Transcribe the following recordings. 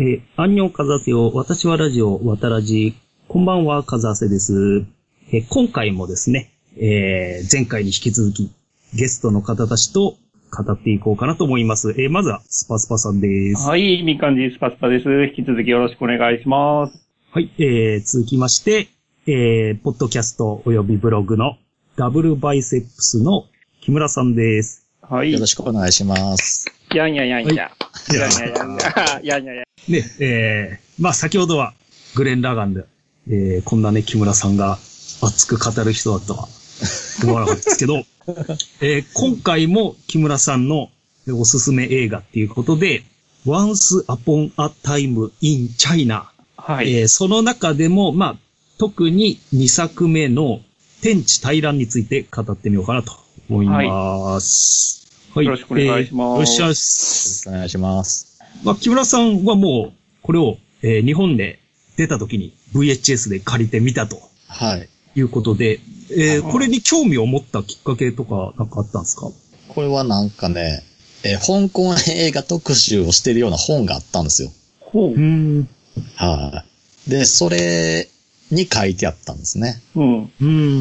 アンニョンカザセよ、私はラジオ、わたらじ、こんばんは、カザセです。今回もですね、前回に引き続き、ゲストの方たちと語っていこうかなと思います。まずは、スパスパさんです。 はい、みかんじスパスパです。引き続きよろしくお願いします。 はい、続きまして、ポッドキャストおよびブログのダブルバイセップスの木村さんです。 はい。よろしくお願いします。 やんややんや。やんややんや。やんややん。 ね、まあ先ほどはグレン・ラガンで、こんなね、木村さんが熱く語る人だとは思わなかったですけど、今回も木村さんのおすすめ映画っていうことで、Once Upon a Time in China。はい。その中でも、まあ、特に2作目の天地大乱について語ってみようかなと思います。 はい。よろしくお願いします。 よろしくお願いします。 よろしくお願いします。 まあ、木村さんはもう、これを、日本で出た時に VHS で借りてみたと。 はい。 いうことで、これに興味を持ったきっかけとかなんかあったんですか？ これはなんかね、香港映画特集をしてるような本があったんですよ。 ほう。 はい。で、それに書いてあったんですね。 うん。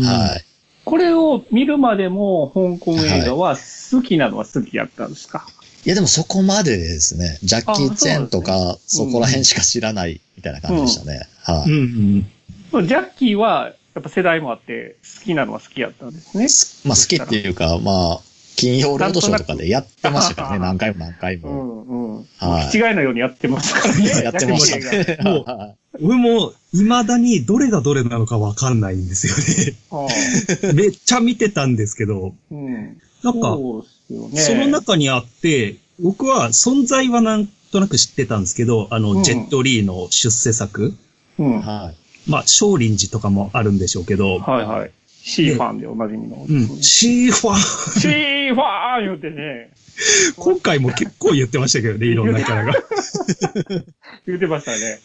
はい。 これを見るまでも香港映画は好きなのは好きやったんですか？ いやでもそこまでですね。ジャッキー・チェンとか そこら辺しか知らないみたいな感じでしたね。はい。 ジャッキーはやっぱ世代もあって好きなのは好きやったんですね。 まあ好きっていうか、まあ、金曜ロードショーとかでやってましたからね。何回も。 はい。気違いのようにやってますからね。 やってましたね。 もう、俺も未だにどれがどれなのかわかんないんですよね。めっちゃ見てたんですけど、なんか、その中にあって、僕は存在はなんとなく知ってたんですけど、ジェットリーの出世作。 はい。 まあ、少林寺とかもあるんでしょうけど。 はいはい。シーファンでおなじみの。 シーファン。 シーファン言うてね。 今回も結構言ってましたけどね、いろんなキャラが。 言ってましたね。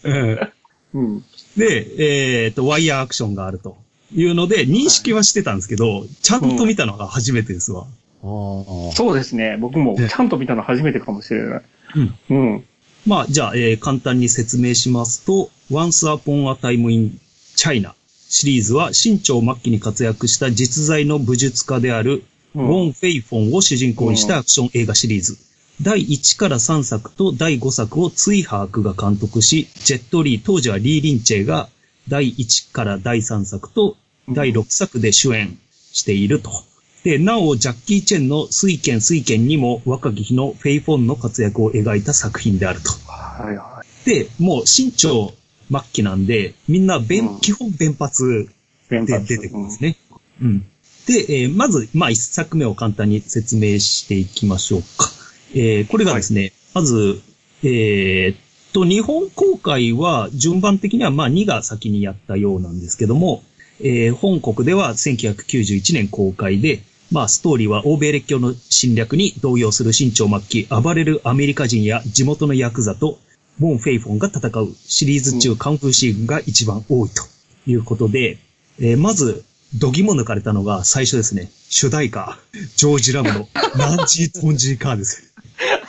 で、ワイヤーアクションがあるというので、認識はしてたんですけど、ちゃんと見たのが初めてですわ。 そうですね。僕もちゃんと見たの初めてかもしれない。 まあ、じゃあ、簡単に説明しますと、Once Upon a Time in China シリーズは清朝末期に活躍した実在の武術家であるウォン・フェイフォンを主人公にしたアクション映画シリーズ。第1から3作と第5作をツイハークが監督し、ジェットリー、当時はリー・リンチェが第1から第3作と第6作で主演していると。で、なお、ジャッキー・チェンの水拳にも若き日のフェイフォンの活躍を描いた作品であると。 はいはい。 で、もう清朝末期なんで、みんな基本弁髪で出てくるんですね。で、まず、まあ、一作目を簡単に説明していきましょうか。これがですね、まず、日本公開は順番的には、まあ、2が先にやったようなんですけども、本国では1991年公開で、まあ、ストーリーは欧米列強の侵略に動揺する清朝末期、暴れるアメリカ人や地元のヤクザと、ウォン・フェイフォンが戦うシリーズ中カンフーシーンが一番多いということで、まず、度肝抜かれたのが最初ですね。主題歌、ジョージ・ラムのナンジー・トンジー・カーです。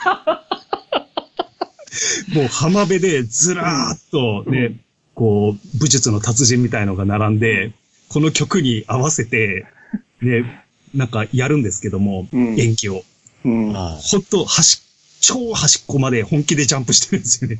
もう浜辺でずらーっとね、こう、武術の達人みたいのが並んで、この曲に合わせて、ね、なんかやるんですけども、演技を。ほんと、超端っこまで本気でジャンプしてるんですよね。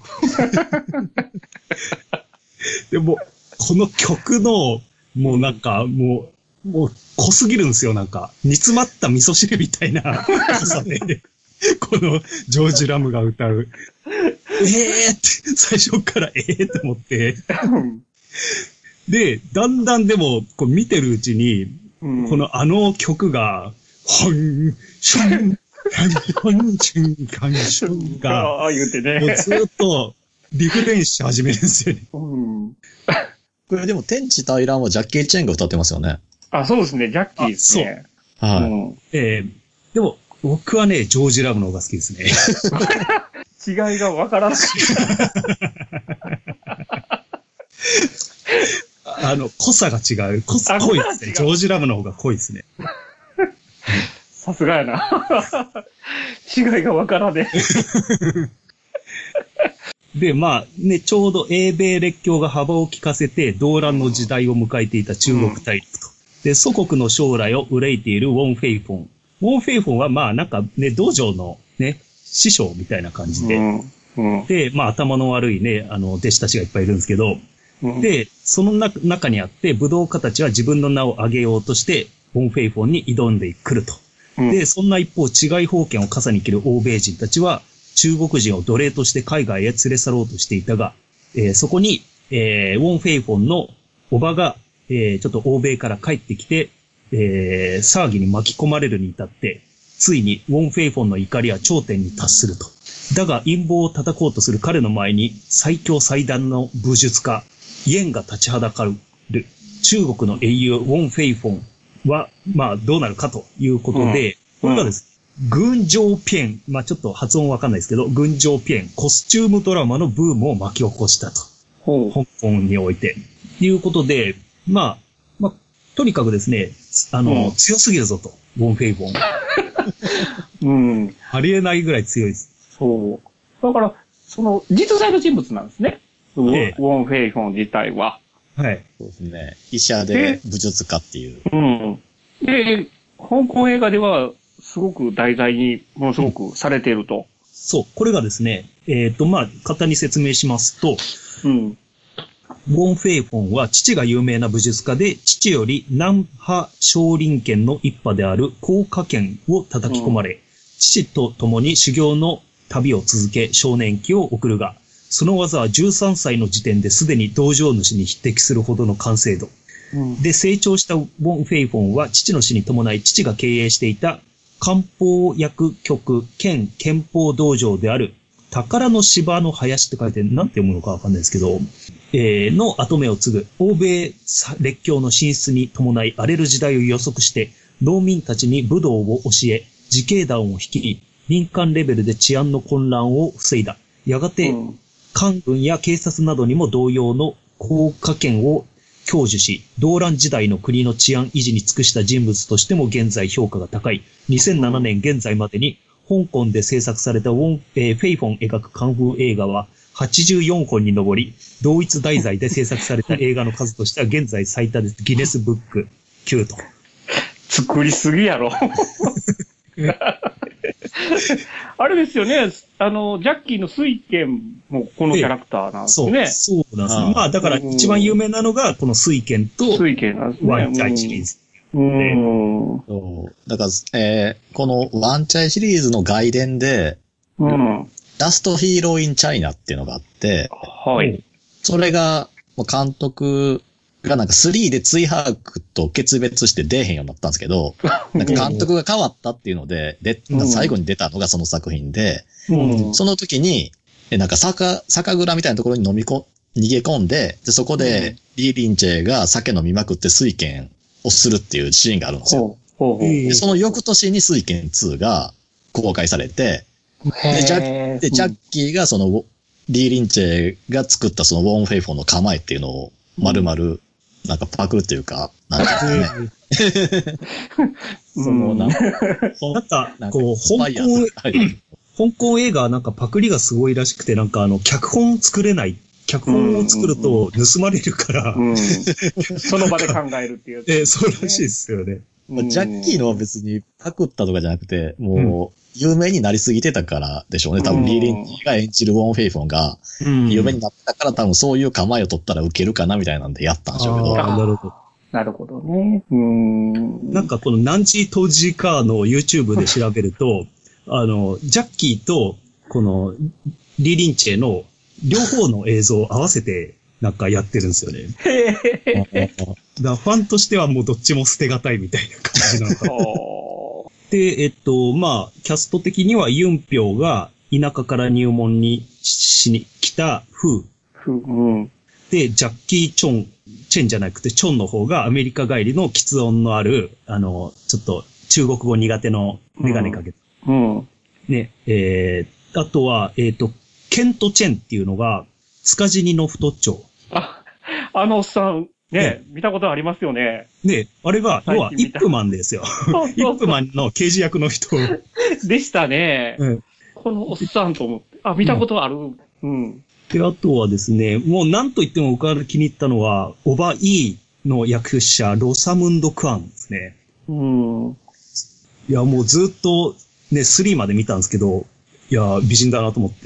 でも、この曲の、もうなんか、もう濃すぎるんですよ、なんか。煮詰まった味噌汁みたいな濃さで、このジョージ・ラムが歌う。って最初からって思って。で、だんだんでも、こう見てるうちに、この曲が、ほん、しょん、ほん、しん、かん、しょんが、 言うてね。 もうずっとリフレインし始めるんですよね。 これでも天地大乱はジャッキー・チェンが歌ってますよね。 あ、そうですね。ジャッキーですね。 そう。はい。 でも、僕はね、ジョージ・ラムの方が好きですね。 違いがわからない。 濃さが違う。濃いですね。ジョージ・ラムの方が濃いですね。 さすがやな。違いがわからねえ。 で、まあね、ちょうど英米列強が幅を利かせて動乱の時代を迎えていた中国大陸と。で、祖国の将来を憂いているウォン・フェイフォン。ウォン・フェイフォンはまあなんかね、道場のね、師匠みたいな感じで。で、まあ頭の悪いね、弟子たちがいっぱいいるんですけど、で、その中にあって、武道家たちは自分の名を上げようとして、ウォン・フェイフォンに挑んでくると。で、そんな一方、治外法権を傘に切る欧米人たちは、中国人を奴隷として海外へ連れ去ろうとしていたが、そこに、ウォン・フェイフォンの叔母が、ちょっと欧米から帰ってきて、騒ぎに巻き込まれるに至って、ついにウォン・フェイフォンの怒りは頂点に達すると。だが陰謀を叩こうとする彼の前に最強最大の武術家、イエンが立ちはだかる中国の英雄ウォン・フェイフォンは、まあどうなるかということで、これがですね、群青ピエン、まあちょっと発音わかんないですけど、群青ピエン、コスチュームドラマのブームを巻き起こしたと。香港において。ということで、まあ、とにかくですね、強すぎるぞと、ウォン・フェイフォン。ありえないぐらい強いです。 そう。だから、実在の人物なんですね。ウォン・フェイフォン自体は。 はい。 そうですね。医者で武術家っていう。 で、香港映画では、すごく題材にものすごくされていると。 そう。これがですね、まあ、簡単に説明しますと、ウォン・フェイフォンは父が有名な武術家で、父より南派少林拳の一派である黄華拳を叩き込まれ、父と共に修行の旅を続け少年期を送るが、その技は13歳の時点ですでに道場主に匹敵するほどの完成度。で、成長したウォン・フェイフォンは父の死に伴い父が経営していた漢方薬局兼憲法道場である宝の芝の林って書いて何て読むのかわかんないですけど、の跡目を継ぐ欧米列強の進出に伴い荒れる時代を予測して農民たちに武道を教え自警団を率い民間レベルで治安の混乱を防いだ。やがて官軍や警察などにも同様の黄華拳を享受し、動乱時代の国の治安維持に尽くした人物としても現在評価が高い。2007年現在までに香港で制作されたフェイフォン描くカンフー映画は84本に上り、同一題材で制作された映画の数としては現在最多です。ギネスブック級と。 作りすぎやろ。あれですよね、ジャッキーの水拳もこのキャラクターなんですね。 そうなんですね。まあだから一番有名なのがこの水拳とワンチャイシリーズ。 だから、このワンチャイシリーズの外伝で、ラストヒーローインチャイナっていうのがあって、それが、監督がなんか3でツイハークと決別して出えへんようになったんですけど、なんか監督が変わったっていうので、最後に出たのがその作品で、その時に、なんか酒蔵みたいなところに逃げ込んで、そこでリー・リンチェが酒飲みまくって水拳をするっていうシーンがあるんですよ。でその翌年に水拳2が公開されて、でジャッキーがそのリー・リンチェが作ったそのウォン・フェイフォンの構えっていうのを丸々なんかパクるっていうか、なんていうかね。 なんか、こう、香港映画はなんかパクリがすごいらしくて、なんか脚本作れない。脚本を作ると盗まれるから、 その場で考えるっていう。 そうらしいですよね。 ジャッキーのは別にパクったとかじゃなくて、もう、有名になりすぎてたからでしょうね。多分、リー・リンチが演じるウォン・フェイフォンが、有名になったから多分そういう構えを取ったら受けるかなみたいなんでやったんでしょうけど。 なるほどね。 なんかこのナンジー・トジカーの YouTube で調べると、ジャッキーと、この、リー・リンチェの両方の映像を合わせて、なんかやってるんですよね。だファンとしてはもうどっちも捨てがたいみたいな感じなのかな。で、まあ、キャスト的にはユンピョウが田舎から入門しに来たフー。で、ジャッキー・チェンじゃなくてチョンの方がアメリカ帰りの喫音のある、ちょっと中国語苦手のメガネかけて。ね、あとは、ケント・チェンっていうのが、塚地にの太っちょ。 あのおっさん、ね、見たことありますよね。 ね、あれが、要は、イップマンですよ。イップマンの刑事役の人。 でしたね。このおっさんと思って。見たことある。 で、あとはですね、もう何と言っても僕が気に入ったのは、オバ・イーの役者、ロサムンド・クアンですね。いや、もうずっとね、3まで見たんですけど、いや、美人だなと思って。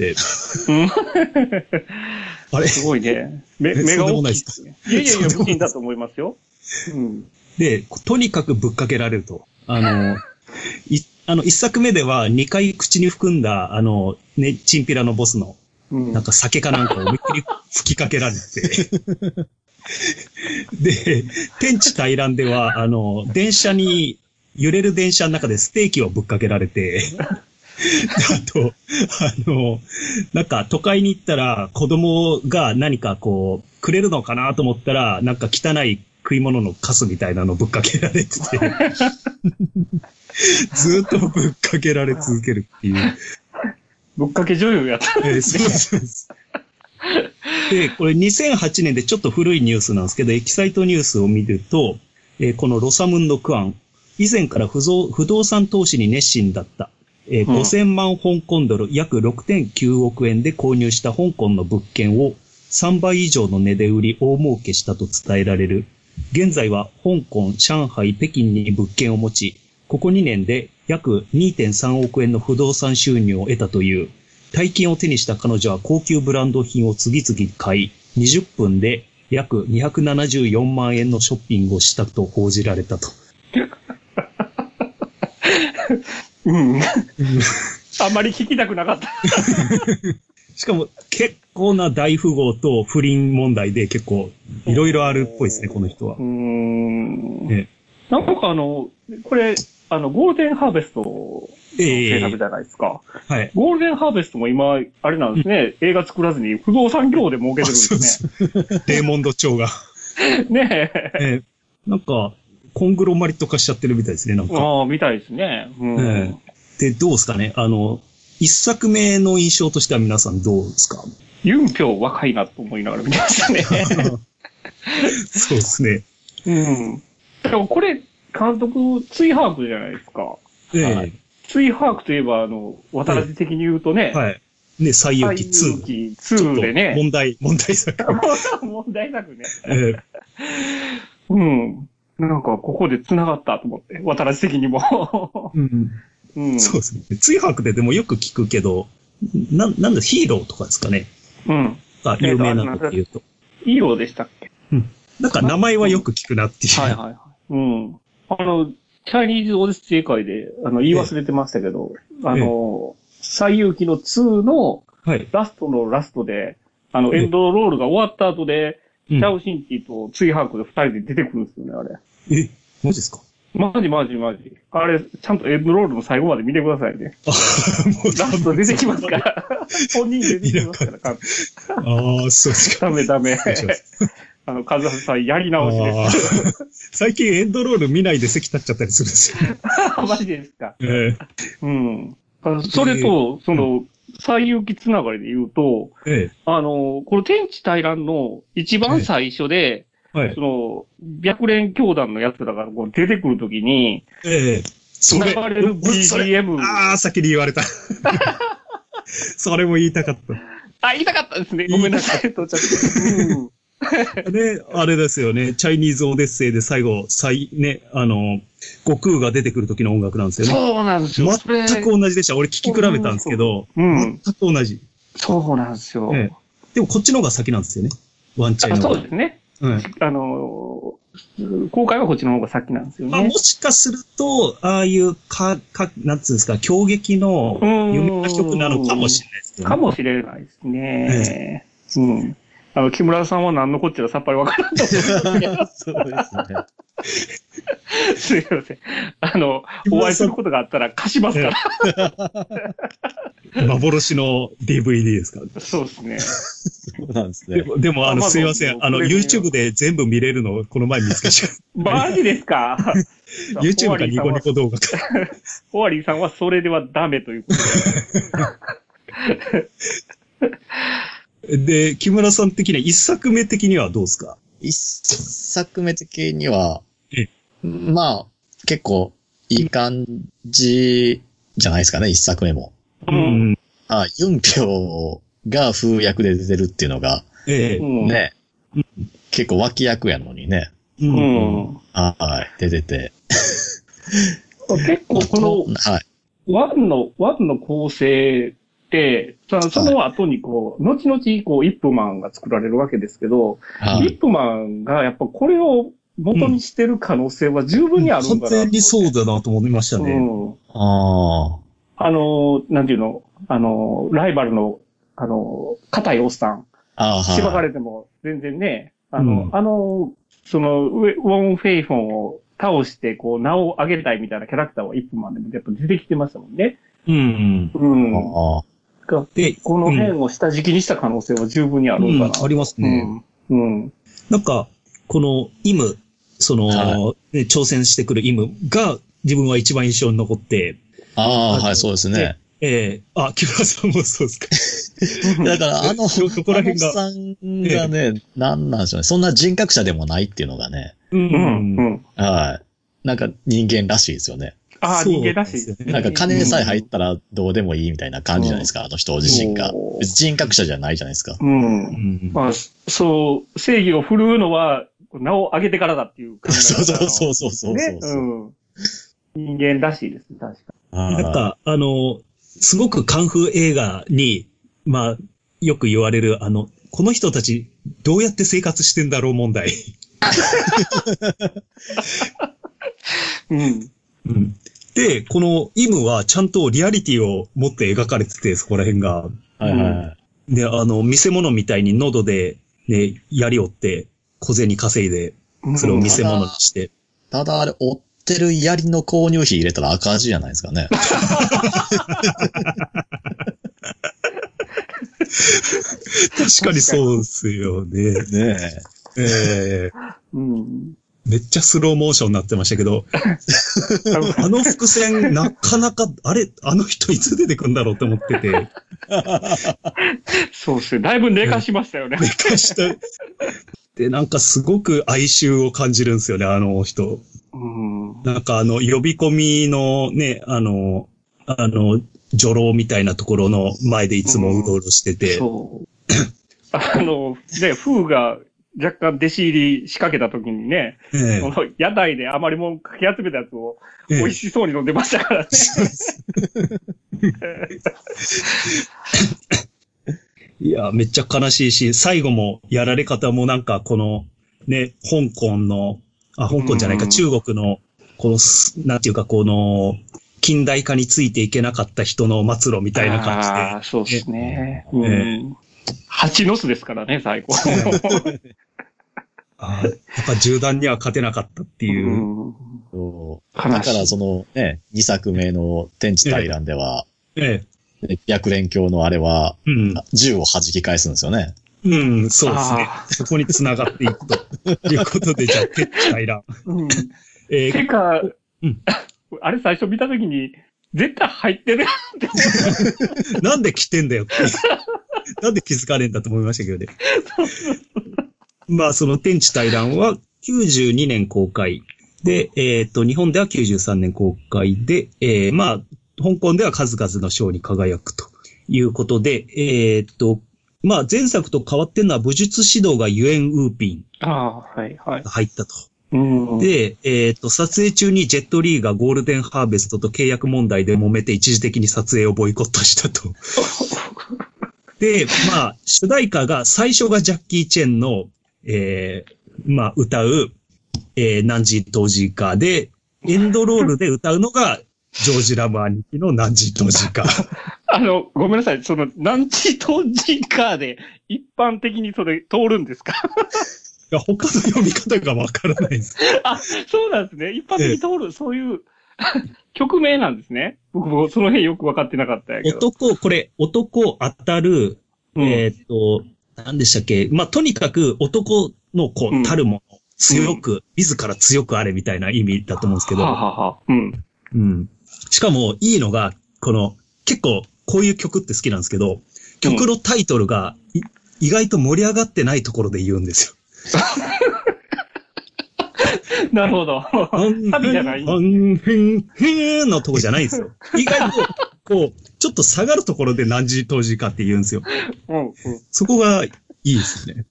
あれすごいね。目が大きいですね。いや、美人だと思いますよ。 で、とにかくぶっかけられると。一作目では2回口に含んだ、ね、チンピラのボスの、なんか酒かなんかを思いっきり吹きかけられて。で、天地大乱では、揺れる電車の中でステーキをぶっかけられて、あと、なんか都会に行ったら子供が何かこう、くれるのかなと思ったら、なんか汚い食い物のカスみたいなのぶっかけられてて、ずっとぶっかけられ続けるっていう。 ぶっかけ女優やったんですね。 そうです。で、これ2008年でちょっと古いニュースなんですけど、エキサイトニュースを見ると、このロサムンド・クアン、以前から不動産投資に熱心だった。5000万香港ドル、約 6.9 億円で購入した香港の物件を3倍以上の値で売り大儲けしたと伝えられる。現在は香港、上海、北京に物件を持ち、ここ2年で約 2.3 億円の不動産収入を得たという。大金を手にした彼女は高級ブランド品を次々買い、20分で約274万円のショッピングをしたと報じられたと。 あんまり聞きたくなかった。 しかも結構な大富豪と不倫問題で結構いろいろあるっぽいですね、この人は。 ね、なんかこれ、ゴールデンハーベストの制作じゃないですか。 はい。 ゴールデンハーベストも今、あれなんですね、映画作らずに不動産業で儲けてるんですね。レーモンド町が。 ねえ。 なんか、コングロマリット化しちゃってるみたいですね、なんか。 ああ、みたいですね。 で、どうですかね。一作目の印象としては皆さんどうですか？ ユンピョウ若いなと思いながら見てましたね。 そうですね。 でもこれ、監督、ツイハークじゃないですか。ツイハークといえば、私的に言うとね。 はい。ね、西遊記2。 西遊記2でね。 問題作。 問題作ね。なんか、ここで繋がったと思って、私的にも。 そうですね。ツイハークででもよく聞くけど、なんだ、ヒーローとかですかね。有名なのって言うと。 ヒーローでしたっけ？ なんか名前はよく聞くなっていう。 はいはいはい。チャイニーズオディス正解で、言い忘れてましたけど、西遊記の2の、ラストのラストで、エンドロールが終わった後で、チャオシンティとツイハークで2人で出てくるんですよね、あれ。 マジですか？ マジ。あれ、ちゃんとエンドロールの最後まで見てくださいね。ラスト出てきますから。本人出てきますから、 そうですか。 ダメ。カズハさん、やり直しです。 最近エンドロール見ないで席立っちゃったりするんですよ。 マジですか。それと、西遊記つながりで言うと、この天地大乱の一番最初で、白蓮教団のやつらが出てくるときに、流れる BGM。 先に言われた。それも言いたかった。 言いたかったですね。ごめんなさい。 ね、あれですよね。チャイニーズオデッセイで最後、悟空が出てくる時の音楽なんですよね。 そうなんですよ。 全く同じでした。俺聞き比べたんですけど、全く同じ。 そうなんですよ。 でもこっちの方が先なんですよね。ワンチャイの。 そうですね。公開はこっちの方が先なんですよね。 もしかすると、ああいうなんつうんですか、狂撃の有名な曲なのかもしれないですね。 かもしれないですね。木村さんは何のこっちゃさっぱりわからんと思うんですけど。そうですね。すいません。お会いすることがあったら貸しますから。 幻の DVD ですから。 そうですね。 そうなんですね。 でもすいません。YouTube で全部見れるのをこの前見つけちゃう。 マジですか？ YouTube かニコニコ動画か。 ホワリーさんはそれではダメということで。で、木村さん的には一作目的にはどうですか？ 一作目的には、結構いい感じじゃないですかね、一作目も。ユンピョウが風役で出てるっていうのが、ね、結構脇役やのにね。はい、出てて。 結構この、ワンの構成って、その後に後々イップマンが作られるわけですけど、イップマンがやっぱこれを元にしてる可能性は十分にあるんだな。 完全にそうだなと思いましたね。 なんていうの、ライバルの、硬いおっさん。しばかれても全然ね、その、ウォン・フェイフォンを倒して、名を上げたいみたいなキャラクターはイップマンでもやっぱ出てきてましたもんね。で、この辺を下敷きにした可能性は十分にあるんかな。 ありますね。なんか、このイム、挑戦してくるイムが自分は一番印象に残って。 はい、そうですね。 木村さんもそうですか。 だから、ここら辺が。さんがね、なんでしょうね。そんな人格者でもないっていうのがね。はい。なんか人間らしいですよね。 人間らしいですね。 なんか金さえ入ったらどうでもいいみたいな感じじゃないですか、あの人自身が。人格者じゃないじゃないですか。 まあ、そう、正義を振るうのは、名を上げてからだっていう感じ。 そう。 人間らしいですね、確かに。なんか、すごくカンフー映画に、まあ、よく言われる、この人たち、どうやって生活してんだろう問題。で、このイムはちゃんとリアリティを持って描かれてて、そこら辺が。で、見せ物みたいに喉で、ね、槍折って、小銭稼いで、それを見せ物にして。 ただあれ、折ってる槍の購入費入れたら赤字じゃないですかね。 確かにそうですよね。めっちゃスローモーションになってましたけど、あの伏線なかなか、あの人いつ出てくんだろうって思ってて。 そうですね。だいぶ寝かしましたよね。 寝かした。で、なんかすごく哀愁を感じるんですよね、あの人。なんか呼び込みのね、女郎みたいなところの前でいつもうろうろしてて。 そう。フーが若干弟子入り仕掛けた時にね、屋台で余りもんかき集めたやつを美味しそうに飲んでましたからね。 いや、めっちゃ悲しいし、最後もやられ方もなんかこの、ね、香港じゃないか、中国の、なんていうか近代化についていけなかった人の末路みたいな感じで。 そうですね。蜂の巣ですからね、最後。 やっぱ銃弾には勝てなかったっていう。 だから2作目の天地大乱では、白蓮教のあれは、銃を弾き返すんですよね。 そうですね。そこに繋がっていくということで、じゃあ、天地大乱。 てか、あれ最初見たときに、絶対入ってるって思う。 なんで来てんだよって。なんで気づかねえんだと思いましたけどね。まあ、その天地大乱は92年公開で、日本では93年公開で、まあ、香港では数々の賞に輝くということで、まあ、前作と変わってるのは武術指導がユエン・ウーピン。入ったと。で、撮影中にジェットリーがゴールデンハーベストと契約問題で揉めて一時的に撮影をボイコットしたと。で、まあ、主題歌が、最初がジャッキー・チェンの、まあ、歌う、ナンジー・トージーカーで、エンドロールで歌うのが、ジョージ・ラム兄貴のナンジー・トージーカー。 ごめんなさい。ナンジー・トージーカーで、一般的にそれ通るんですか？ いや、他の読み方がわからないです。 そうなんですね。一般的に通る、そういう、曲名なんですね。僕もその辺よくわかってなかったやけど。 男当たる、何でしたっけ？まあ、とにかく男の子たるもの、強く、自ら強くあれみたいな意味だと思うんですけど。しかも、いいのが、結構、こういう曲って好きなんですけど、曲のタイトルが、意外と盛り上がってないところで言うんですよ。 なるほど。サビじゃない。 のとこじゃないんですよ。意外と、 ちょっと下がるところで何時当時かって言うんですよ。そこがいいですね。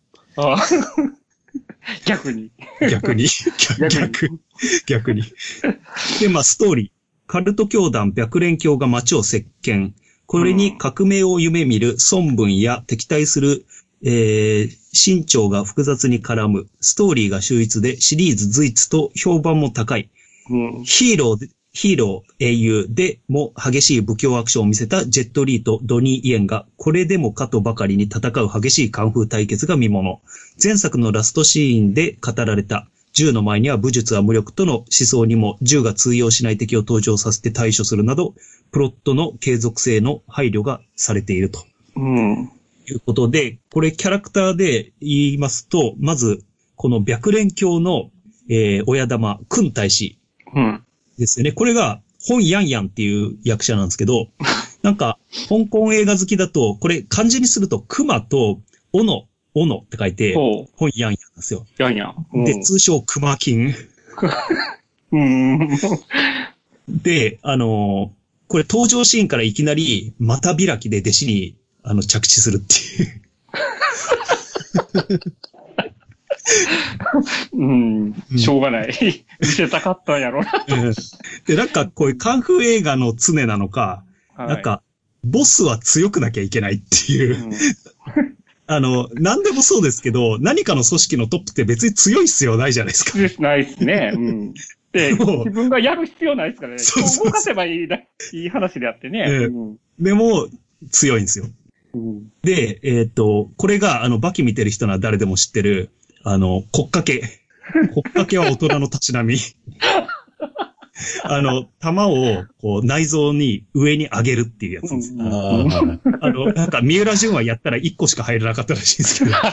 逆に。 逆に。で、まあ、ストーリー。カルト教団白蓮教が街を席巻。これに革命を夢見る孫文や敵対する、心情が複雑に絡む。ストーリーが秀逸でシリーズ随一と評判も高い。ヒーロー英雄でも激しい武教アクションを見せたジェットリーとドニー・イエンがこれでもかとばかりに戦う激しいカンフー対決が見もの。前作のラストシーンで語られた銃の前には武術は無力との思想にも銃が通用しない敵を登場させて対処するなどプロットの継続性の配慮がされていると。いうことで、これキャラクターで言いますと、まずこの白蓮教の、親玉、クン大使。ですよね。これが、ホンヤンヤンっていう役者なんですけど、なんか、香港映画好きだと、これ漢字にすると、熊と、オノって書いて、ホンヤンヤンなんですよ。 ヤンヤン。 で、通称、熊金。で、これ登場シーンからいきなり、股開きで弟子に、着地するっていう。 しょうがない。見せたかったんやろな。 で、なんかこういうカンフー映画の常なのか、なんか、ボスは強くなきゃいけないっていう。何でもそうですけど、何かの組織のトップって別に強い必要ないじゃないですか。 ないですね。で、自分がやる必要ないですからね。 そう動かせばいい話であってね。 でも、強いんですよ。で、これが、バキ見てる人なら誰でも知ってる、骨掛け。骨掛けは大人のたしなみ。玉を、こう、内臓に上に上げるっていうやつです。なんか、三浦淳はやったら1個しか入らなかったらしいんですけど。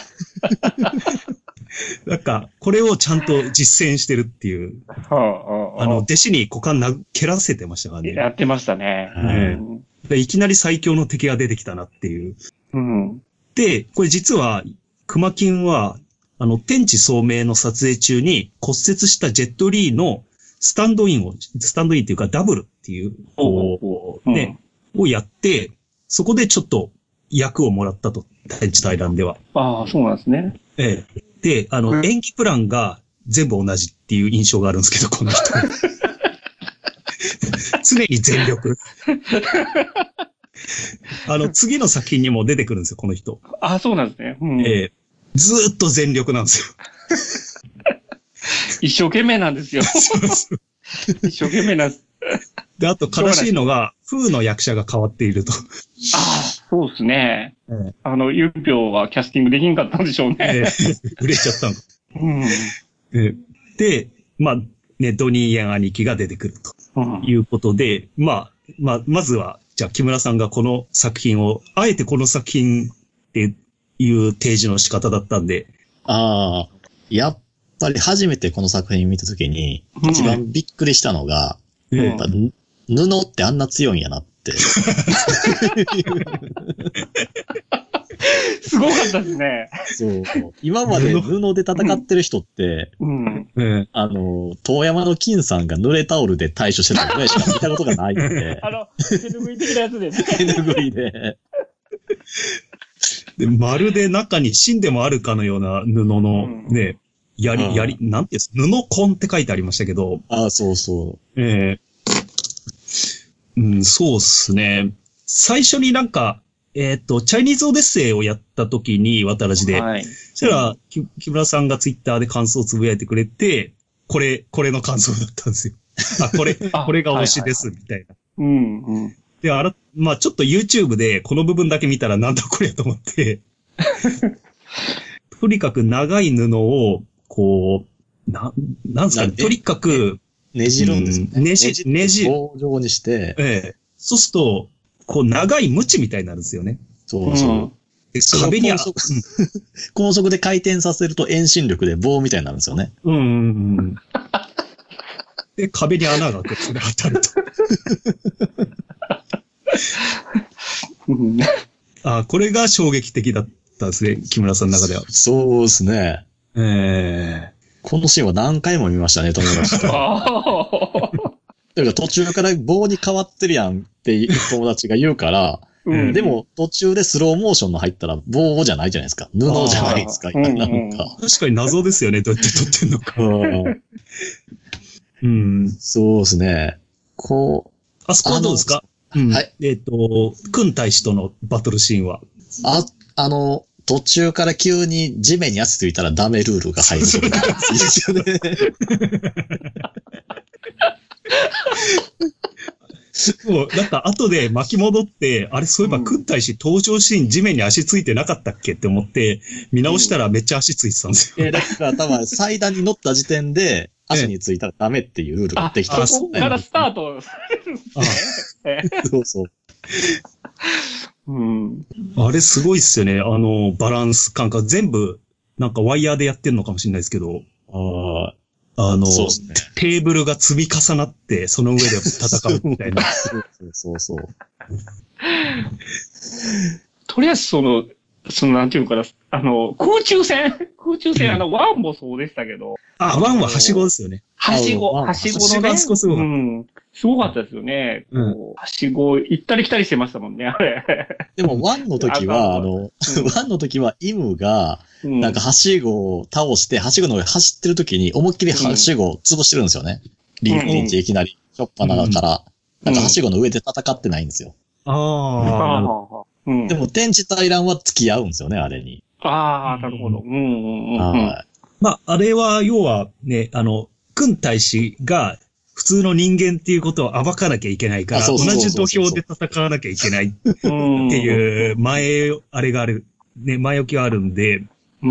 なんか、これをちゃんと実践してるっていう。弟子に股間蹴らせてましたからね。 やってましたね。 いきなり最強の敵が出てきたなっていう。で、これ実は、熊金は、天地聡明の撮影中に骨折したジェットリーのスタンドインっていうかダブルっていう、をやって、そこでちょっと役をもらったと、天地対談では。 ああ、そうなんですね。 で、演技プランが全部同じっていう印象があるんですけど、この人。常に全力。次の作品にも出てくるんですよ、この人。 あ、そうなんですね。 ずーっと全力なんですよ。 一生懸命なんですよ。一生懸命なんです。 で、あと悲しいのが、風の役者が変わっていると。 ああ、そうですね。ユンピョウはキャスティングできんかったんでしょうね。 売れちゃったの。で、まあ、ね、ドニー・イエン兄貴が出てくるということで、まずは、じゃあ木村さんがこの作品を、あえてこの作品っていう提示の仕方だったんで。 やっぱり初めてこの作品見たときに、一番びっくりしたのが、やっぱ布ってあんな強いんやなって。 すごかったですね。 そう。今まで布で戦ってる人って、遠山の金さんが濡れタオルで対処してたぐらいしか見たことがないんで。 手拭い的なやつでね。 手拭いで。 で、まるで中に芯でもあるかのような布のね、なんていうんですか、布痕って書いてありましたけど。 そうそう。 そうっすね。最初になんか、チャイニーズオデッセイをやった時に、渡らじで。そしたら、木村さんがツイッターで感想をつぶやいてくれて、これの感想だったんですよ。これが推しです、みたいな。で、まあちょっと YouTube でこの部分だけ見たらなんだこれと思って、とにかく長い布を、こう、なんですかね、とにかく、 ねじるんですね。 ねじる。 棒状にして、 そうすると、こう長い鞭みたいになるんですよね。 そうそう。壁に高速で回転させると遠心力で棒みたいになるんですよね。 で、壁に穴が開けてそれ当たると。これが衝撃的だったですね、木村さんの中では。 そうですね。このシーンは何回も見ましたね、友達と。 だから途中から棒に変わってるやんって友達が言うから、でも途中でスローモーションの入ったら棒じゃないじゃないですか。布じゃないですか。なんか。 確かに謎ですよね。どうやって撮ってんのか。 そうですね。 あそこはどうですか？はい。君大使とのバトルシーンは。 途中から急に地面に足ついたらダメルールが入るとかいいですよね。 そう、なんか後で巻き戻って、あれそういえば君大使登場シーン地面に足ついてなかったっけって思って、見直したらめっちゃ足ついてたんですよ。 だから多分祭壇に乗った時点で、足についたらダメっていうルールができたんですよね。そこからスタートされるんですね。 そうそう。 あれすごいっすよね。バランス感覚。全部、なんかワイヤーでやってんのかもしれないですけど。そうですね、テーブルが積み重なって、その上で戦うみたいな。 そう。 とりあえずなんていうかな、空中戦、ワンもそうでしたけど。 ワンははしごですよね。 はしごのね。 すごい。 すごかったですよね。はしご、行ったり来たりしてましたもんね、あれ。 でも、ワンの時は、ワンの時は、イムが、なんか、はしごを倒して、はしごの上走ってる時に、思いっきりはしごを潰してるんですよね。リンチいきなり、しょっぱなだから、なんか、はしごの上で戦ってないんですよ。でも、天地大乱は付き合うんですよね、あれに。 なるほど。 まあ、あれは、要はね、君大使が、普通の人間っていうことを暴かなきゃいけないから、同じ土俵で戦わなきゃいけないっていう、あれがある、ね、前置きがあるんで、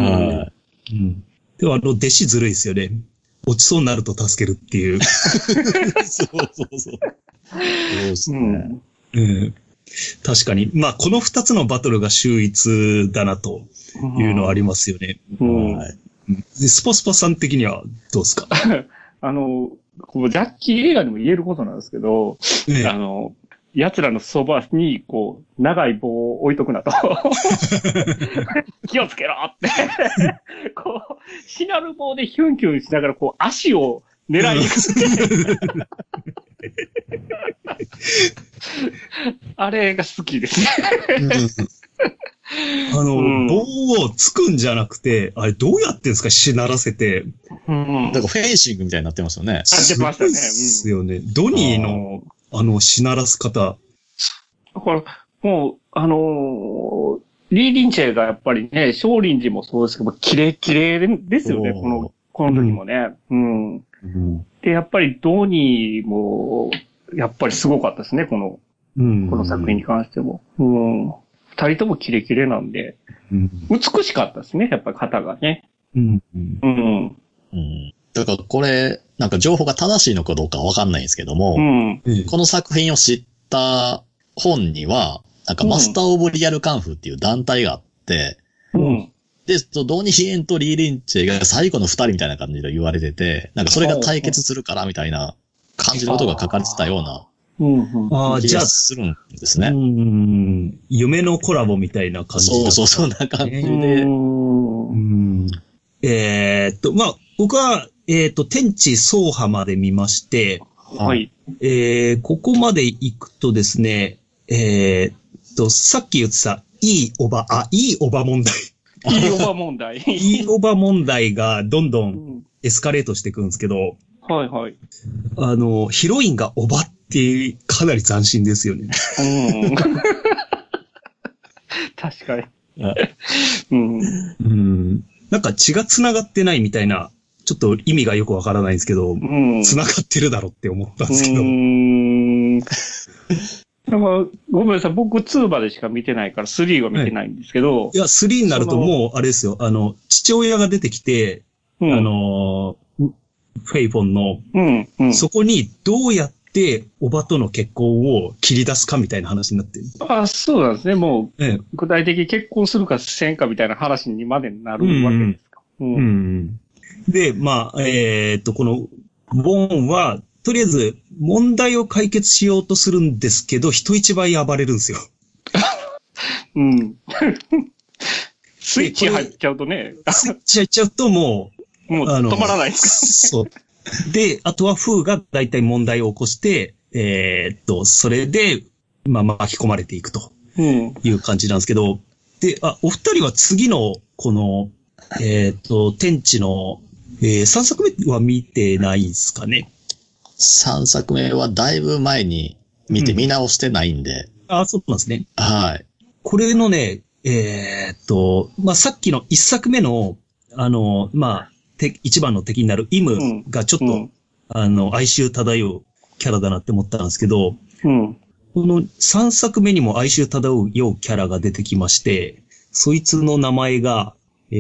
でも弟子ずるいですよね。落ちそうになると助けるっていう。 そうですね。 確かに。まあ、この二つのバトルが秀逸だなというのはありますよね。スポスポさん的にはどうですか？ このジャッキー映画でも言えることなんですけど、奴らのそばに、長い棒を置いとくなと。気をつけろって。しなる棒でヒュンヒュンしながら、足を狙いに行く。あれが好きですね。 棒をつくんじゃなくて、あれどうやってんですか？しならせて。 だからフェンシングみたいになってますよね。 なってましたね。 ですよね。ドニーの、しならす方。 これ、もう、リー・リンチェがやっぱりね、少林寺もそうですけど、キレキレですよね、この時もね。で、やっぱりドニーも、やっぱりすごかったですね、この作品に関しても。二人ともキレキレなんで、美しかったですね、やっぱり型がね。 だからこれ、なんか情報が正しいのかどうかわかんないんですけども、この作品を知った本には、なんかマスターオブリアルカンフーっていう団体があって、で、ドニーエンとリー・リンチェが最後の二人みたいな感じで言われてて、なんかそれが対決するからみたいな感じのことが書かれてたような、じゃあするんですね。 夢のコラボみたいな感じ。 そんな感じで。 まあ、僕は、天地総破まで見まして、ここまで行くとですね、さっき言ってた、いいおば問題。 いいおば問題。 いいおば問題がどんどんエスカレートしていくんですけど、ヒロインがおばってかなり斬新ですよね。 確かに。なんか血が繋がってないみたいな、ちょっと意味がよくわからないんですけど、繋がってるだろって思ったんですけど。 だからごめんなさい、僕2までしか見てないから3は見てないんですけど。 いや、3になるともう、あれですよ、父親が出てきて、フェイフォンの、そこにどうやっておばとの結婚を切り出すかみたいな話になってる。 そうなんですね。もう、具体的に結婚するかせんかみたいな話にまでなるわけですか。 で、まあ、この、ボーンは、とりあえず、問題を解決しようとするんですけど、人一倍暴れるんですよ。 スイッチ入っちゃうとね。 スイッチ入っちゃうともう止まらないですか。 そう。 で、あとはフーがだいたい問題を起こして、それで、まあ巻き込まれていくという感じなんですけど、で、お二人は次の、この、天地の、3作目は見てないんですかね。 3作目はだいぶ前に見直してないんで。 そうなんですね。 はい。 これのね、まあ、さっきの1作目の、まあ、一番の敵になるイムがちょっと、哀愁漂うキャラだなって思ったんですけど、この3作目にも哀愁漂うキャラが出てきまして、そいつの名前が、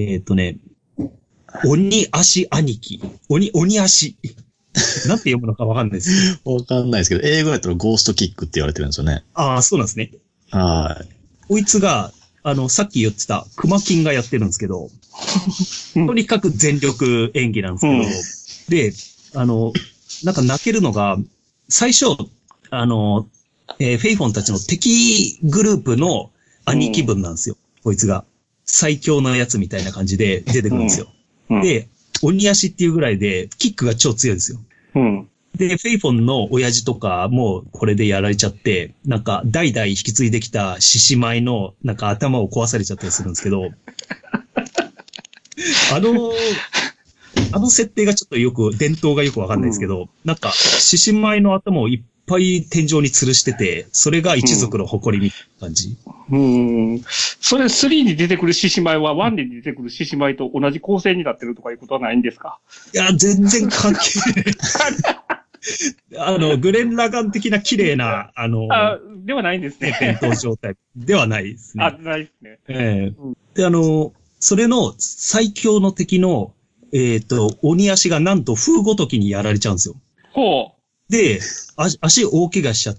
鬼足兄貴。鬼足。なんて読むのかわかんないです。 わかんないですけど、英語やったらゴーストキックって言われてるんですよね。 そうなんですね。 はい。 こいつが、さっき言ってた熊金がやってるんですけど、とにかく全力演技なんですけど、で、なんか泣けるのが、最初、フェイフォンたちの敵グループの兄貴分なんですよ。こいつが。最強のやつみたいな感じで出てくるんですよ。で、鬼足っていうぐらいで、キックが超強いですよ。で、フェイフォンの親父とかもこれでやられちゃって、なんか代々引き継いできた獅子舞のなんか頭を壊されちゃったりするんですけど、あの設定がちょっとよく、伝統がよくわかんないですけど、なんか獅子舞の頭をいっぱい天井に吊るしてて、それが一族の誇りみたいな感じ。 それ3に出てくる獅子舞は1に出てくる獅子舞と同じ構成になってるとかいうことはないんですか？ いや、全然関係ない。グレン・ラガン的な綺麗な、 ではないんですね。 伝統状態ではないですね。 ないですね。 で、それの最強の敵の、鬼足がなんと風ごときにやられちゃうんですよ。で、足大怪我しちゃって、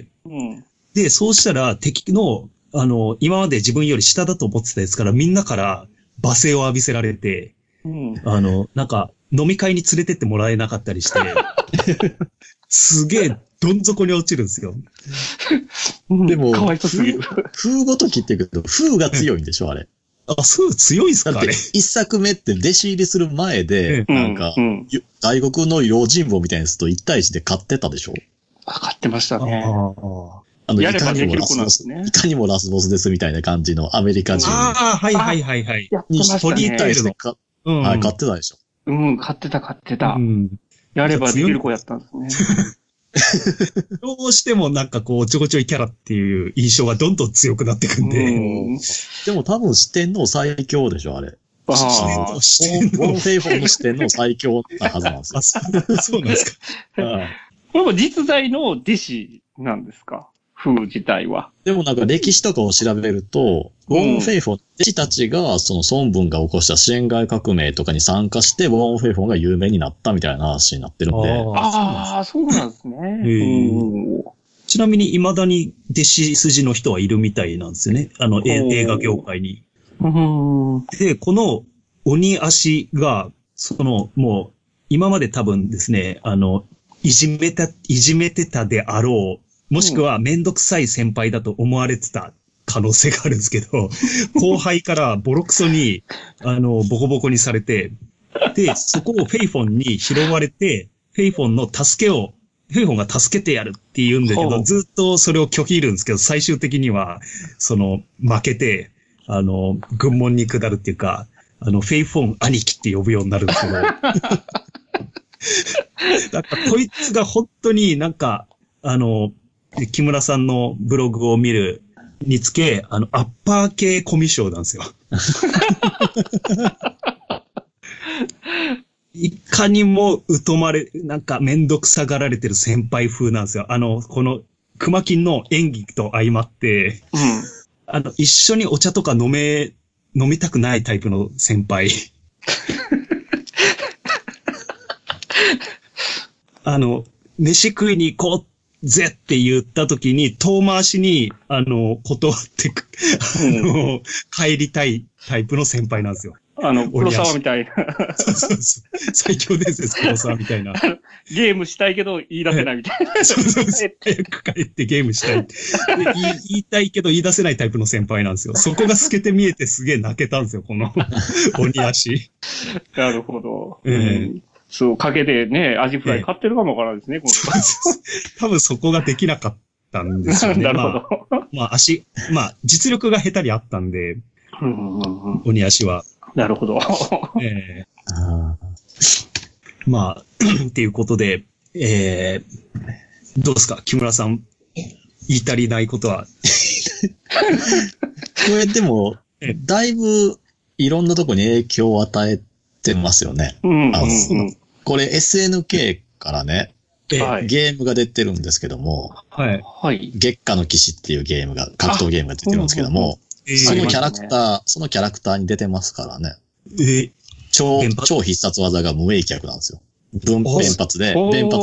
で、そうしたら敵の、今まで自分より下だと思ってたやつからみんなから罵声を浴びせられて、なんか、飲み会に連れてってもらえなかったりして、すげえどん底に落ちるんですよ。 でも、 かわいそうすぎる。 風ごときって言うけど、風が強いんでしょ、あれ。 風強いんすか？ だって、一作目って弟子入りする前で、なんか、外国の用心棒みたいなやつと1対1で勝ってたでしょ？ 勝ってましたね。 やればできる子なんですね。いかにもラスボスですみたいな感じのアメリカ人。 はいはいはいはい。 に取り対して勝ってたでしょ。 勝ってた。やればできる子やったんですね。 どうしてもなんかこう、ちょこちょいキャラっていう印象がどんどん強くなってくんで。 でも多分四天王最強でしょ、あれ。四天王。ウォン・フェイフォンの四天王最強なはずなんですよ。 そうなんですか。 これも実在の弟子なんですか？風自体は。 でもなんか歴史とかを調べると、ウォン・フェイフォン、弟子たちがその孫文が起こした辛亥革命とかに参加して、ウォン・フェイフォンが有名になったみたいな話になってるんで。 そうなんですね。 ちなみに未だに弟子筋の人はいるみたいなんですよね。映画業界に。で、この鬼足が、もう、今まで多分ですね、いじめてたであろう、もしくはめんどくさい先輩だと思われてた可能性があるんですけど、後輩からボロクソに、ボコボコにされて、で、そこをフェイフォンに拾われて、フェイフォンが助けてやるって言うんだけど、ずっとそれを拒否るんですけど、最終的には、負けて、軍門に下るっていうか、フェイフォン兄貴って呼ぶようになるんですけど、なんかこいつが本当になんか、木村さんのブログを見るにつけ、アッパー系コミュ障なんですよ。いかにもなんかめんどくさがられてる先輩風なんですよ。この熊金の演技と相まって、一緒にお茶とか飲みたくないタイプの先輩。飯食いに行こうぜって言った時に、遠回しに、断って帰りたいタイプの先輩なんですよ。 黒沢みたいな。 そう。最強伝説黒沢みたいな。 ゲームしたいけど言い出せないみたいな。 そう。早く帰ってゲームしたい。言いたいけど言い出せないタイプの先輩なんですよ。そこが透けて見えてすげえ泣けたんですよ、この鬼足。 なるほど。 そう、かけてね、アジフライ買ってるかもわからないですね、この多分そこができなかったんですよね。 なるほど。 実力が下手にあったんで、鬼足は。 なるほど。 っていうことで、どうですか木村さん、言い足りないことは。 これでも、だいぶいろんなとこに影響を与えてますよね。これ SNK からね、ゲームが出てるんですけども、月下の騎士っていうゲームが、格闘ゲームが出てるんですけども、そのキャラクターに出に出てますからね。超必殺技が無影脚なんですよ。連発で、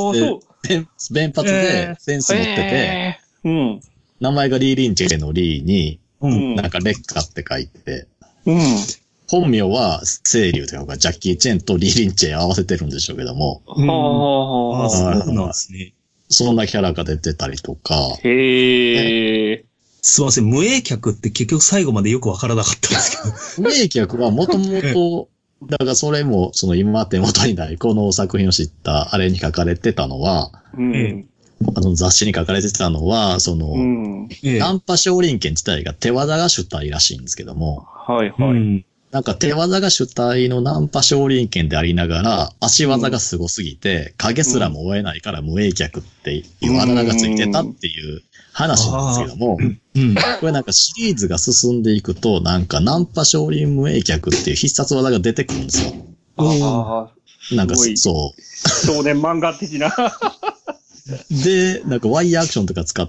センス持ってて、名前がリー・リンチェのリーに、なんかレッカって書いて、本名は清流というか、ジャッキー・チェンとリー・リンチェ合わせてるんでしょうけども、 そうなんですね。 そんなキャラが出てたりとか、 すいません、無影脚って結局最後までよくわからなかったんですけど。 無影脚はもともと、だからそれも、その今手元にないこの作品を知ったあれに書かれてたのは、雑誌に書かれてたのは、ナンパ少林拳自体が手技が主体らしいんですけども、なんか手技が主体のナンパ少林拳でありながら、足技がすごすぎて、影すらも追えないから無影脚っていうあだ名がついてたっていう話なんですけども、これなんかシリーズが進んでいくと、なんかナンパ少林無影脚っていう必殺技が出てくるんですよ。なんかそう。 少年漫画的な。 で、なんかワイヤーアクションとか使って、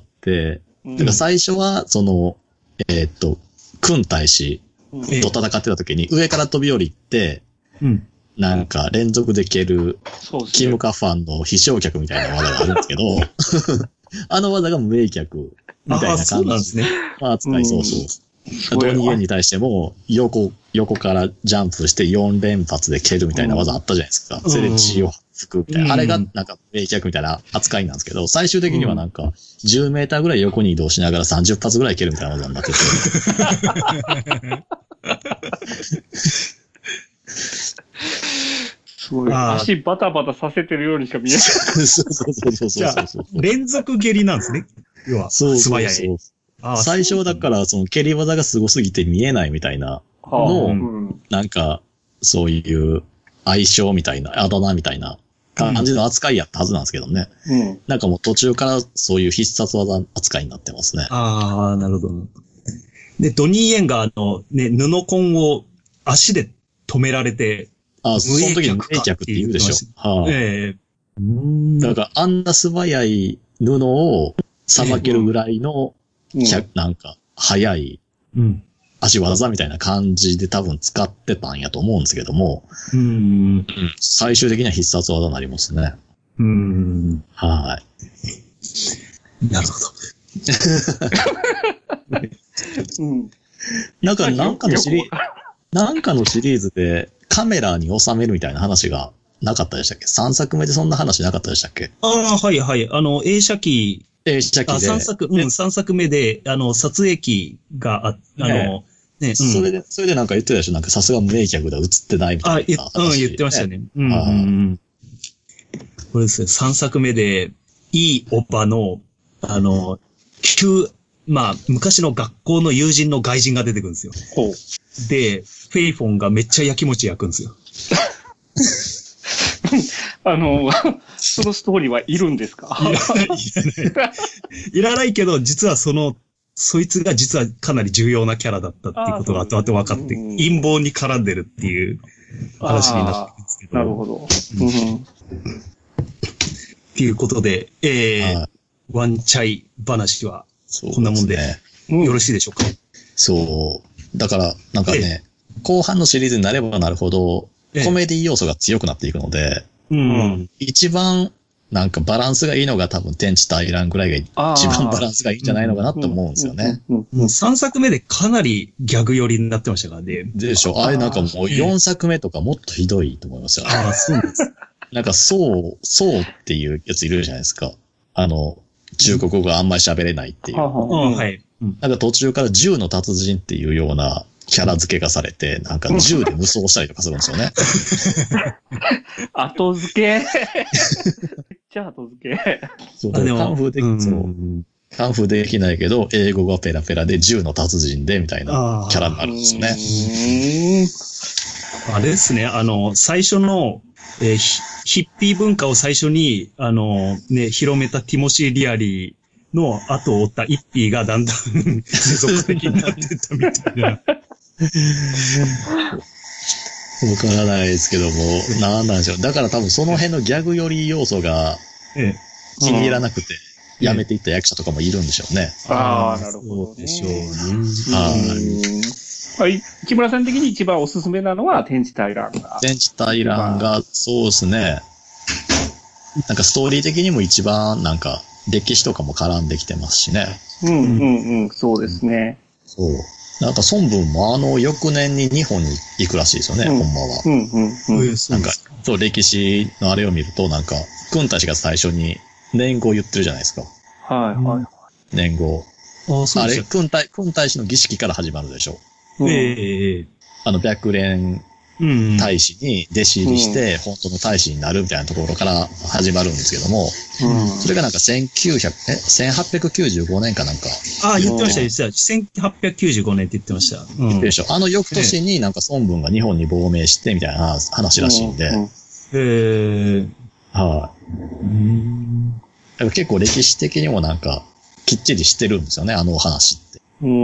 だから最初は、訓大使と戦ってた時に上から飛び降りて、なんか連続で蹴る、キムカファンの非償却みたいな技があるんですけど、あの技が無影脚みたいな感じ。 そうなんですね。 扱い、そう。ドニエンに対しても、横からジャンプして4連発で蹴るみたいな技あったじゃないですか。それで血を吹くみたいな。あれがなんか無影脚みたいな扱いなんですけど、最終的にはなんか10メーターぐらい横に移動しながら30発ぐらい蹴るみたいな技になってて。 すごい。足バタバタさせてるようにしか見えない。 そう。 じゃあ、連続蹴りなんですね。要は、素早い。 最初だから、その蹴り技がすごすぎて見えないみたいなのを、なんか、そういう相性みたいな、あだ名みたいな感じの扱いやったはずなんですけどね。なんかもう途中からそういう必殺技扱いになってますね。 なるほど。で、ドニー・イエンが布痕を足で止められて、 その時に無影脚って言うでしょ。だからあんな素早い布をさばけるぐらいの、なんか、速い、足技みたいな感じで多分使ってたんやと思うんですけども、最終的には必殺技になりますね。はい。 なるほど。 なんかのシリーズでカメラに収めるみたいな話がなかったでしたっけ ?3 作目でそんな話なかったでしたっけ？ はい。映写機。 映写機で。 3作目で、撮影機がそれでなんか言ってたでしょなんかさすが無影脚が映ってないみたいな。 言ってましたね。これですね、3作目で、いいオパの、昔の学校の友人の外人が出てくるんですよ。で、フェイフォンがめっちゃ焼き餅焼くんですよ。 そのストーリーはいるんですか？ いらないけど、実はそいつが実はかなり重要なキャラだったっていうことが後々分かって、陰謀に絡んでるっていう話になってるんですけど。 なるほど。 っていうことで、ワンチャイ話はこんなもんでよろしいでしょうか？ そう。だから、なんかね、後半のシリーズになればなるほど、コメディ要素が強くなっていくので、一番なんかバランスがいいのが多分天地とアイランぐらいが一番バランスがいいんじゃないのかなと思うんですよね。 3作目でかなりギャグ寄りになってましたからね。 でしょ。あれなんかもう4作目とかもっとひどいと思いますよ。 そうなんです。 なんかそうっていうやついるじゃないですか。中国語があんまり喋れないっていう。なんか途中から銃の達人っていうようなキャラ付けがされて、なんか銃で無双したりとかするんですよね。 後付けめっちゃ後付け。 そう、カンフーで、カンフーできないけど、英語がペラペラで銃の達人でみたいなキャラになるんですよね。 あれですね、最初の、ヒッピー文化を最初に、広めたティモシー・リアリーの後を追ったイッピーがだんだん持続的になってったみたいな。わからないですけども、なんなんでしょう。だから多分その辺のギャグ寄り要素が気に入らなくて、やめていった役者とかもいるんでしょうね。 ああ、なるほど、ね。 そうでしょうね。 はい。木村さん的に一番おすすめなのは天地大乱が。 天地大乱が、そうですね。なんかストーリー的にも一番なんか歴史とかも絡んできてますしね。 そうですね。 そう。なんか孫文も翌年に日本に行くらしいですよね、ほんまは。なんか、そう、歴史のあれを見ると、なんか、君たちが最初に年号言ってるじゃないですか。年号。あれ、君たちの儀式から始まるでしょ。白蓮大使に弟子入りして、本当の大使になるみたいなところから始まるんですけども、それがなんか1895年かなんか。 言ってました。1895年って言ってました。 言ってるでしょ。翌年になんか孫文が日本に亡命してみたいな話らしいんで。はい。結構歴史的にもなんか、きっちりしてるんですよね、話って。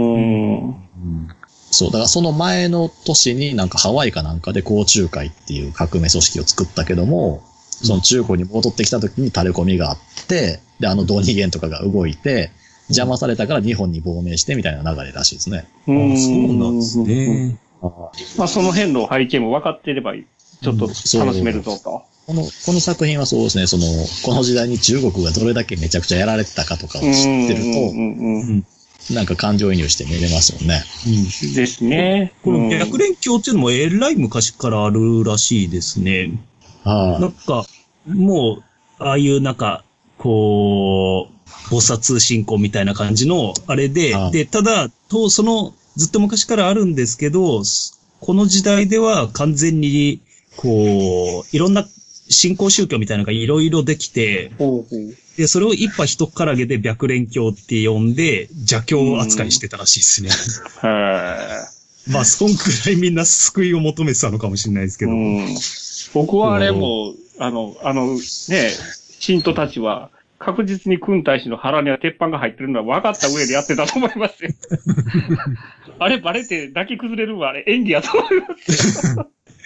そう、だからその前の年になんかハワイかなんかで甲虫会っていう革命組織を作ったけども、その中古に戻ってきた時に垂れ込みがあって、で、ドニゲンとかが動いて、邪魔されたから日本に亡命してみたいな流れらしいですね。 そうなんですね。 まあその辺の背景も分かっていれば、ちょっと楽しめるぞと。 この作品はそうですね、この時代に中国がどれだけめちゃくちゃやられてたかとかを知ってると、なんか感情移入して見れますよね。 ですね。 この白蓮教っていうのもえらい昔からあるらしいですね。なんか、もう、ああいうなんか、こう、菩薩信仰みたいな感じのあれで、ただ、ずっと昔からあるんですけど、この時代では完全に、こう、いろんな信仰宗教みたいなのがいろいろできて、で、それを一派一からげで白蓮教って呼んで、邪教扱いしてたらしいですね。まあ、そんくらいみんな救いを求めてたのかもしれないですけど。 僕はあれも、ね、信徒たちは、確実に君大使の腹には鉄板が入ってるのは分かった上でやってたと思いますよ。あれバレて抱き崩れるのはあれ演技やと思いますよ。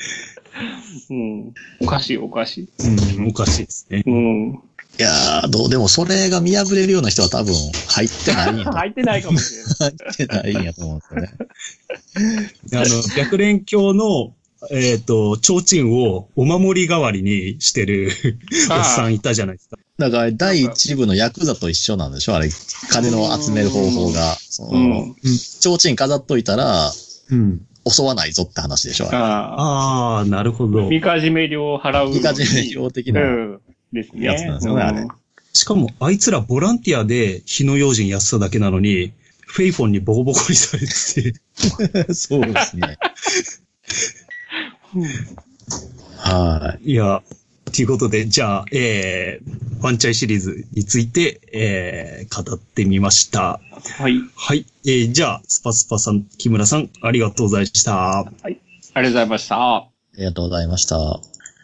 おかしい。 おかしいですね。 いやー、でもそれが見破れるような人は多分入ってないんや。 入ってないかもしれない。 入ってないんやと思うんですよね。 白蓮教の、提灯をお守り代わりにしてるおっさんいたじゃないですか。 だから第一部のヤクザと一緒なんでしょあれ、金の集める方法が。提灯飾っといたら、襲わないぞって話でしょああ、なるほど。 みかじめ料を払う。 みかじめ料的なですね。 やつなんですよね、あれ。 しかも、あいつらボランティアで火の用心やってただけなのに、フェイフォンにボコボコにされてて。 そうですね。はい。 いや、ということで、じゃあ、ワンチャイシリーズについて、語ってみました。 はい。 はい。じゃあ、スパスパさん、木村さん、ありがとうございました。 はい。ありがとうございました。 ありがとうございました。